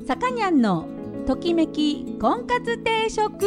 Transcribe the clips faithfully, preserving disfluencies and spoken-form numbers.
さかにゃんのときめき婚活定食。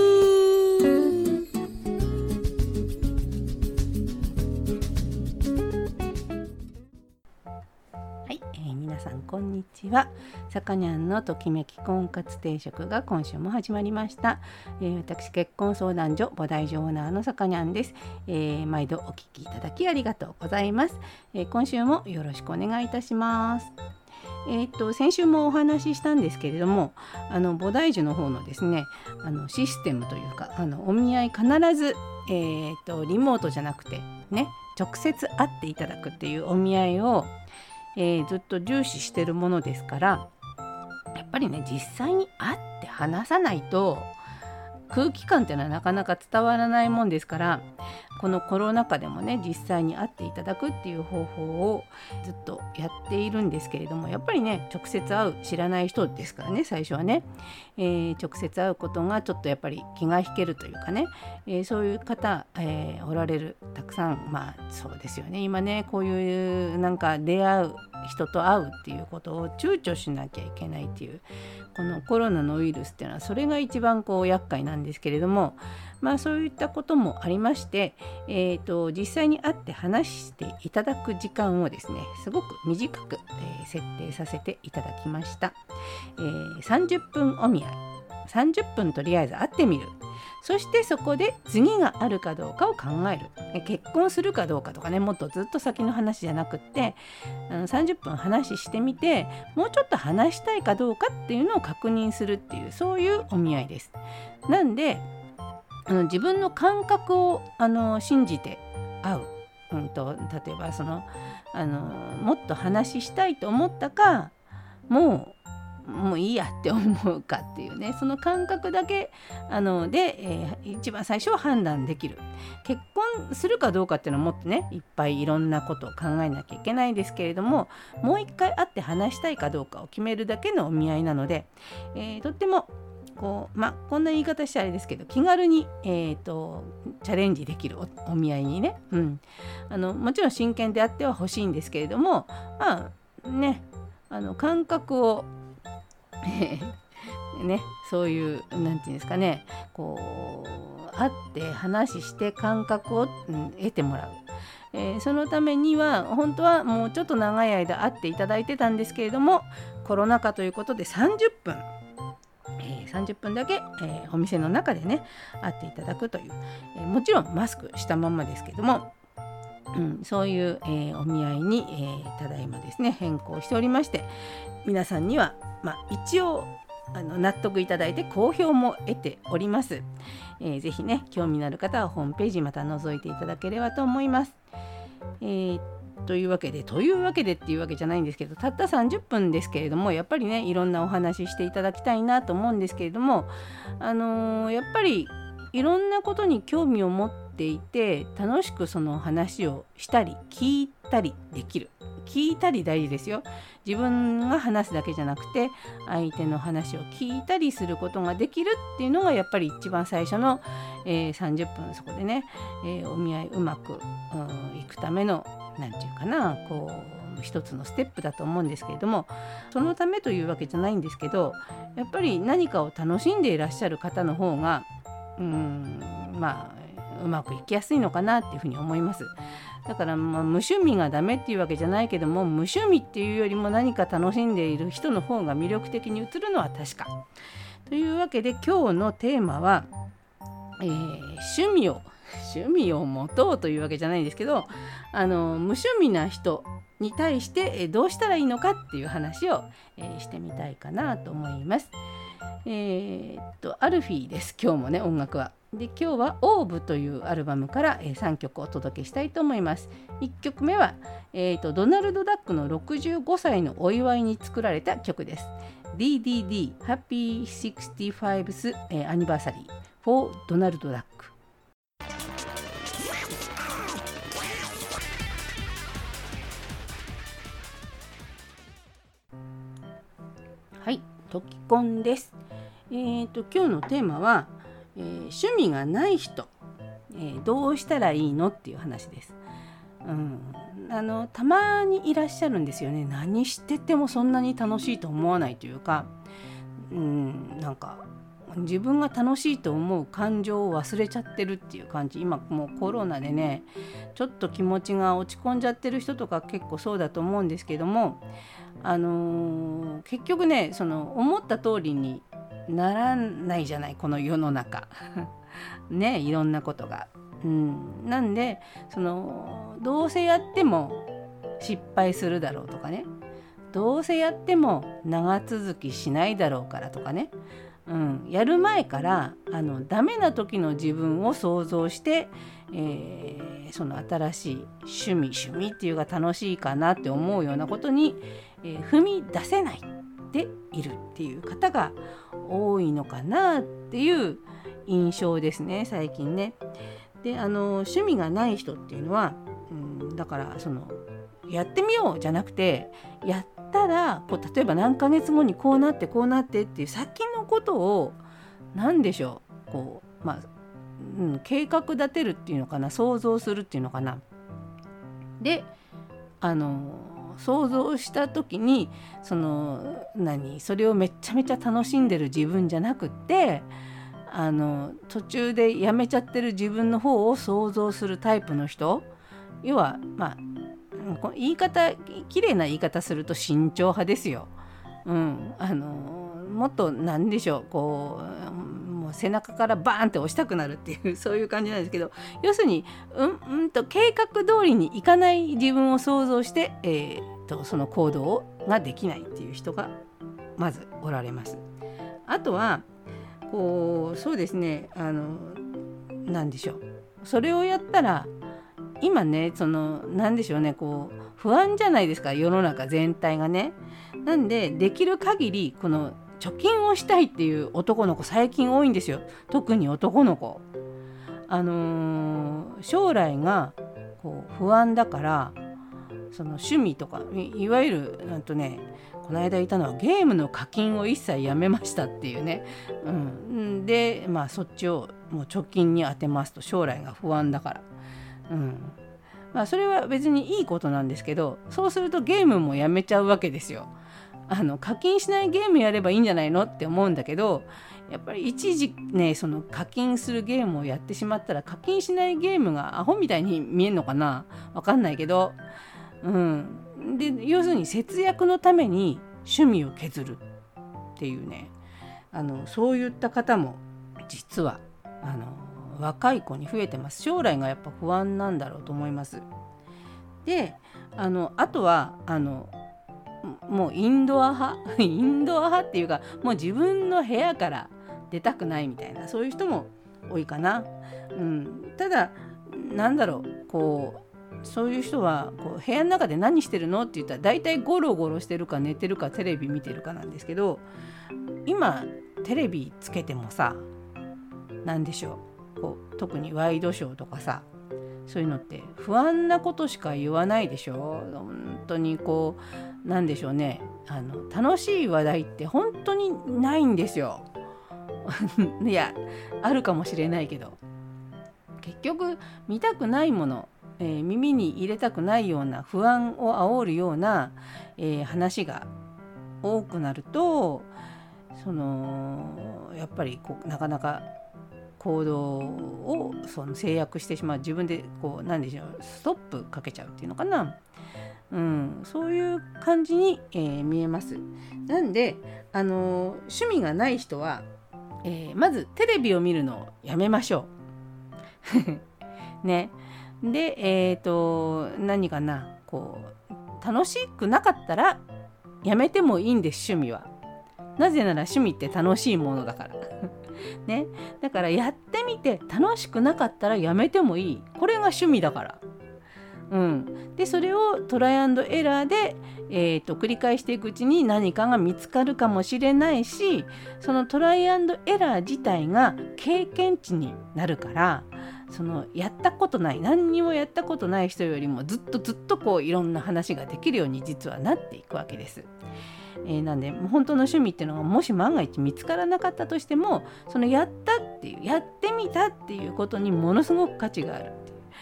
はい、えー、皆さんこんにちは。さかにゃんのときめき婚活定食が今週も始まりました。えー、私結婚相談所菩提所オーナーのさかにゃんです。えー、毎度お聞きいただきありがとうございます。えー、今週もよろしくお願いいたします。えー、と先週もお話ししたんですけれども、あの菩提樹の方のですね、あのシステムというか、あのお見合い必ず、えー、とリモートじゃなくてね、直接会っていただくっていうお見合いを、えー、ずっと重視してるものですから、やっぱりね、実際に会って話さないと空気感っていうのはなかなか伝わらないもんですから、このコロナ禍でもね、実際に会っていただくっていう方法をずっとやっているんですけれども、やっぱりね、直接会う、知らない人ですからね、最初はね、えー、直接会うことがちょっとやっぱり気が引けるというかね、えー、そういう方、えー、おられる、たくさん。まあそうですよね、今ね、こういうなんか出会う、人と会うっていうことを躊躇しなきゃいけないっていう、このコロナのウイルスっていうのはそれが一番こう厄介なんですけれども、まあそういったこともありまして、えーと、実際に会って話していただく時間をですね、すごく短く、えー、設定させていただきました。えー、さんじゅっぷんお見合い、さんじゅっぷんとりあえず会ってみる。そしてそこで次があるかどうかを考える。結婚するかどうかとかね、もっとずっと先の話じゃなくって、あのさんじゅっぷん話してみて、もうちょっと話したいかどうかっていうのを確認するっていう、そういうお見合いです。なんで、あの自分の感覚をあの信じて会う、うん、と例えばそのあのもっと話したいと思ったか、もうもういいやって思うかっていうね、その感覚だけあので、えー、一番最初は判断できる。結婚するかどうかっていうのはもっとね、いっぱいいろんなことを考えなきゃいけないですけれども、もう一回会って話したいかどうかを決めるだけのお見合いなので、えー、とってもこう、まあ、こんな言い方しちゃあれですけど、気軽に、えー、とチャレンジできる お, お見合いにね、うん、あのもちろん真剣であっては欲しいんですけれども、まあね、あの感覚をね、そういうなんていうんですかね、こう会って話して感覚を、うん、得てもらう、えー、そのためには本当はもうちょっと長い間会っていただいてたんですけれども、コロナ禍ということでさんじゅっぷん、えー、さんじゅっぷんだけ、えー、お店の中でね会っていただくという、えー、もちろんマスクしたままですけども、うん、そういう、えー、お見合いに、えー、ただいまですね変更しておりまして、皆さんには、まあ、一応あの納得いただいて好評も得ております。えー、ぜひね、興味のある方はホームページまた覗いていただければと思います。えーというわけでというわけでっていうわけじゃないんですけど、たったさんじゅっぷんですけれども、やっぱりね、いろんなお話ししていただきたいなと思うんですけれども、あのー、やっぱりいろんなことに興味を持っていて、楽しくその話をしたり聞いたりできる。聞いたり大事ですよ。自分が話すだけじゃなくて、相手の話を聞いたりすることができるっていうのがやっぱり一番最初の、えー、さんじゅっぷん、そこでね、えー、お見合いうまく、うん、いくためのなんていうかな、こう一つのステップだと思うんですけれども、そのためというわけじゃないんですけど、やっぱり何かを楽しんでいらっしゃる方の方が、うーんまあうまくいきやすいのかなっていうふうに思います。だから、まあ、無趣味がダメっていうわけじゃないけども、無趣味っていうよりも何か楽しんでいる人の方が魅力的に映るのは確かというわけで、今日のテーマは、えー、趣味を趣味を持とうというわけじゃないんですけど、あの無趣味な人に対してどうしたらいいのかっていう話を、えー、してみたいかなと思います。えー、っとアルフィーです。今日もね、音楽はで、今日はオーブというアルバムから、えー、さんきょくお届けしたいと思います。いっきょくめは、えー、っとドナルド・ダックのろくじゅうごさいのお祝いに作られた曲です。 ディーディーディー Happy ろくじゅうごth、えー、Anniversary for ドナルド・ダック。はい、トキコンです。えー、と今日のテーマは、えー、趣味がない人、えー、どうしたらいいのっていう話です。うん、 あのたまにいらっしゃるんですよね。何しててもそんなに楽しいと思わないというか、うん、なんか自分が楽しいと思う感情を忘れちゃってるっていう感じ。今もうコロナでねちょっと気持ちが落ち込んじゃってる人とか結構そうだと思うんですけども、あのー、結局ねその思った通りにならないじゃない、この世の中ね、いろんなことが、うん、なんでそのどうせやっても失敗するだろうとかね、どうせやっても長続きしないだろうからとかね、うん、やる前からあのダメな時の自分を想像して、えー、その新しい趣味趣味っていうか楽しいかなって思うようなことに、えー、踏み出せないでいるっていう方が多いのかなっていう印象ですね、最近ね。で、あの趣味がない人っていうのは、うん、だからそのやってみようじゃなくて、やったらこう例えば何ヶ月後にこうなってこうなってっていう先のことを何でしょう、こう、まあうん、計画立てるっていうのかな、想像するっていうのかな。で、あの想像した時にその何それをめちゃめちゃ楽しんでる自分じゃなくって、あの途中でやめちゃってる自分の方を想像するタイプの人、要はまあ言い方綺麗な言い方すると慎重派ですよ。うん、あのもっと何でしょう、こうもう背中からバーンって押したくなるっていうそういう感じなんですけど、要するにうんうんと計画通りにいかない自分を想像して、えー、とその行動ができないっていう人がまずおられます。あとはこうそうですね、あの何でしょう、それをやったら今ねその何でしょうね、こう不安じゃないですか、世の中全体がね。なんでできる限りこの貯金をしたいっていう男の子最近多いんですよ、特に男の子。あのー、将来がこう不安だからその趣味とか い, いわゆるなんとね、この間いたのはゲームの課金を一切やめましたっていうね、うん、でまあそっちをもう貯金に充てますと、将来が不安だから、うんまあ、それは別にいいことなんですけど、そうするとゲームもやめちゃうわけですよ。あの課金しないゲームやればいいんじゃないのって思うんだけど、やっぱり一時ねその課金するゲームをやってしまったら課金しないゲームがアホみたいに見えるのかな、わかんないけど、うん、で要するに節約のために趣味を削るっていうね、あのそういった方も実はあの若い子に増えてます。将来がやっぱ不安なんだろうと思います。で、あのあとはあのもうインドア派インドア派っていうか、もう自分の部屋から出たくないみたいな、そういう人も多いかな。うん、ただなんだろう、こうそういう人はこう部屋の中で何してるのって言ったら大体ゴロゴロしてるか寝てるかテレビ見てるかなんですけど、今テレビつけてもさ、なんでしょう、こう特にワイドショーとかさ、そういうのって不安なことしか言わないでしょ。本当にこうなんでしょうね、あの楽しい話題って本当にないんですよいやあるかもしれないけど、結局見たくないもの、えー、耳に入れたくないような不安を煽るような、えー、話が多くなると、そのやっぱりこうなかなか行動をその制約してしまう、自分でこう何でしょう、ストップかけちゃうっていうのかな、うん、そういう感じに、えー、見えます。なんで、あのー、趣味がない人は、えー、まずテレビを見るのをやめましょうね。で、えーと何かな、こう楽しくなかったらやめてもいいんです、趣味は。なぜなら趣味って楽しいものだからね、だからやってみて楽しくなかったらやめてもいい、これが趣味だから、うん、でそれをトライアンドエラーで、えー、と繰り返していくうちに何かが見つかるかもしれないし、そのトライアンドエラー自体が経験値になるから、そのやったことない、何にもやったことない人よりもずっとずっとこういろんな話ができるように実はなっていくわけです。えー、なんで本当の趣味っていうのがもし万が一見つからなかったとしても、そのやったっていうやってみたっていうことにものすごく価値があるっていう、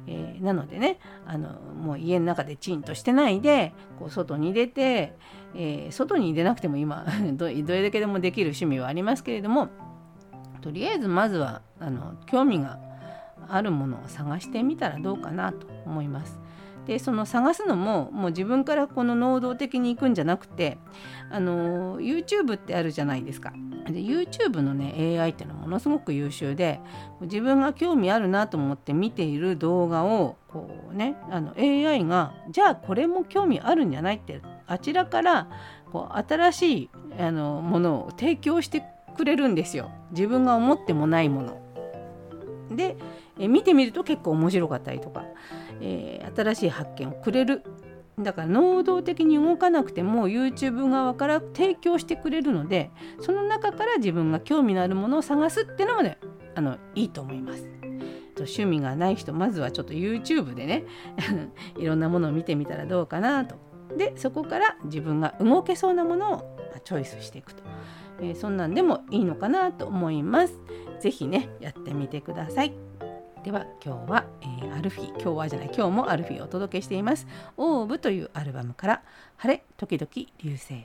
えー、なのでねあのもう家の中でチンとしてないでこう外に出て、えー、外に出なくても今ど, どれだけでもできる趣味はありますけれども、とりあえずまずはあの興味があるものを探してみたらどうかなと思います。でその探すのももう自分からこの能動的に行くんじゃなくて、あの YouTube ってあるじゃないですか。で YouTube のね エーアイ っていうのはものすごく優秀で、自分が興味あるなと思って見ている動画をこうねあの エーアイ がじゃあこれも興味あるんじゃないってあちらからこう新しいあのものを提供してくれるんですよ。自分が思ってもないものでえ見てみると結構面白かったりとか、えー、新しい発見をくれる。だから能動的に動かなくても YouTube 側から提供してくれるので、その中から自分が興味のあるものを探すっていうのもねあのいいと思います。趣味がない人まずはちょっと YouTube でねいろんなものを見てみたらどうかなと。でそこから自分が動けそうなものをチョイスしていくと、えー、そんなんでもいいのかなと思います。ぜひねやってみてください。では今日は、えー、アルフィ今日はじゃない今日もアルフィをお届けしています。オーブというアルバムから晴れ時々流星。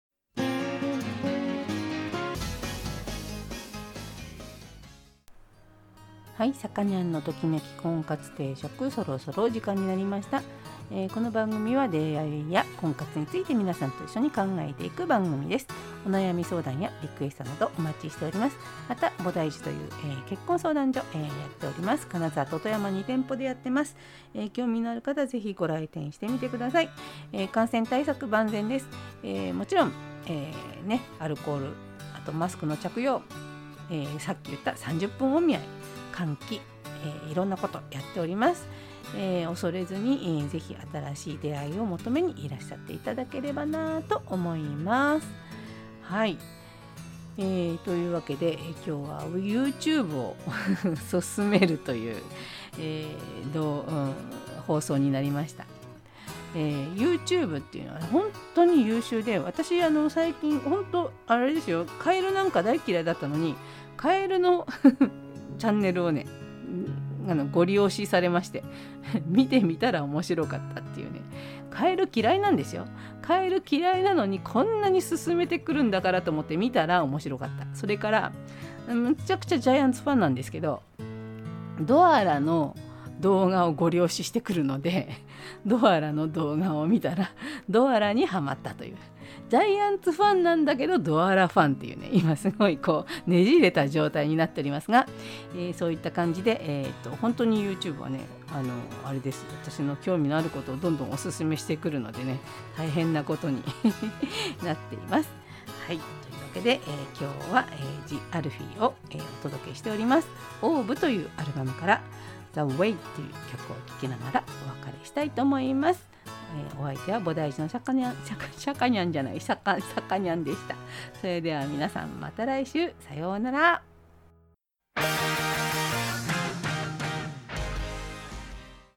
はい、さかにゃんのときめき婚活定食、そろそろ時間になりました。えー、この番組は出会いや婚活について皆さんと一緒に考えていく番組です。お悩み相談やリクエストなどお待ちしております。また菩提寺という、えー、結婚相談所、えー、やっております。金沢と富山に店舗でやってます。えー、興味のある方ぜひご来店してみてください。えー、感染対策万全です。えー、もちろん、えーね、アルコール、あとマスクの着用、えー、さっき言ったさんじゅっぷんお見合い、換気、えー、いろんなことやっております。えー、恐れずに、えー、ぜひ新しい出会いを求めにいらっしゃっていただければなと思います。はい、えー、というわけで、えー、今日は YouTube を進めるという、えーどううん、放送になりました。えー、YouTube っていうのは本当に優秀で、私あの最近本当あれですよ、カエルなんか大嫌いだったのにカエルのチャンネルをねあのご利用しされまして見てみたら面白かったっていうね。カエル嫌いなんですよ。カエル嫌いなのにこんなに進めてくるんだからと思って見たら面白かった。それからむちゃくちゃジャイアンツファンなんですけど、ドアラの動画をご了承してくるのでドアラの動画を見たらドアラにハマったという、ジャイアンツファンなんだけどドアラファンっていうね、今すごいこうねじれた状態になっておりますが、えー、そういった感じで、えー、っと本当に YouTube はねあのあれです、私の興味のあることをどんどんおすすめしてくるのでね、大変なことになっています。はい、というわけで、えー、今日は、えー、ジ・アルフィーを、えー、お届けしております。オーブというアルバムからThe Way という曲を聴きながらお別れしたいと思います。えー、お相手は菩提寺のシャカニャン、シャカ、シャカニャンじゃない、シャカ、シャカニャンでした。それでは皆さんまた来週、さようなら。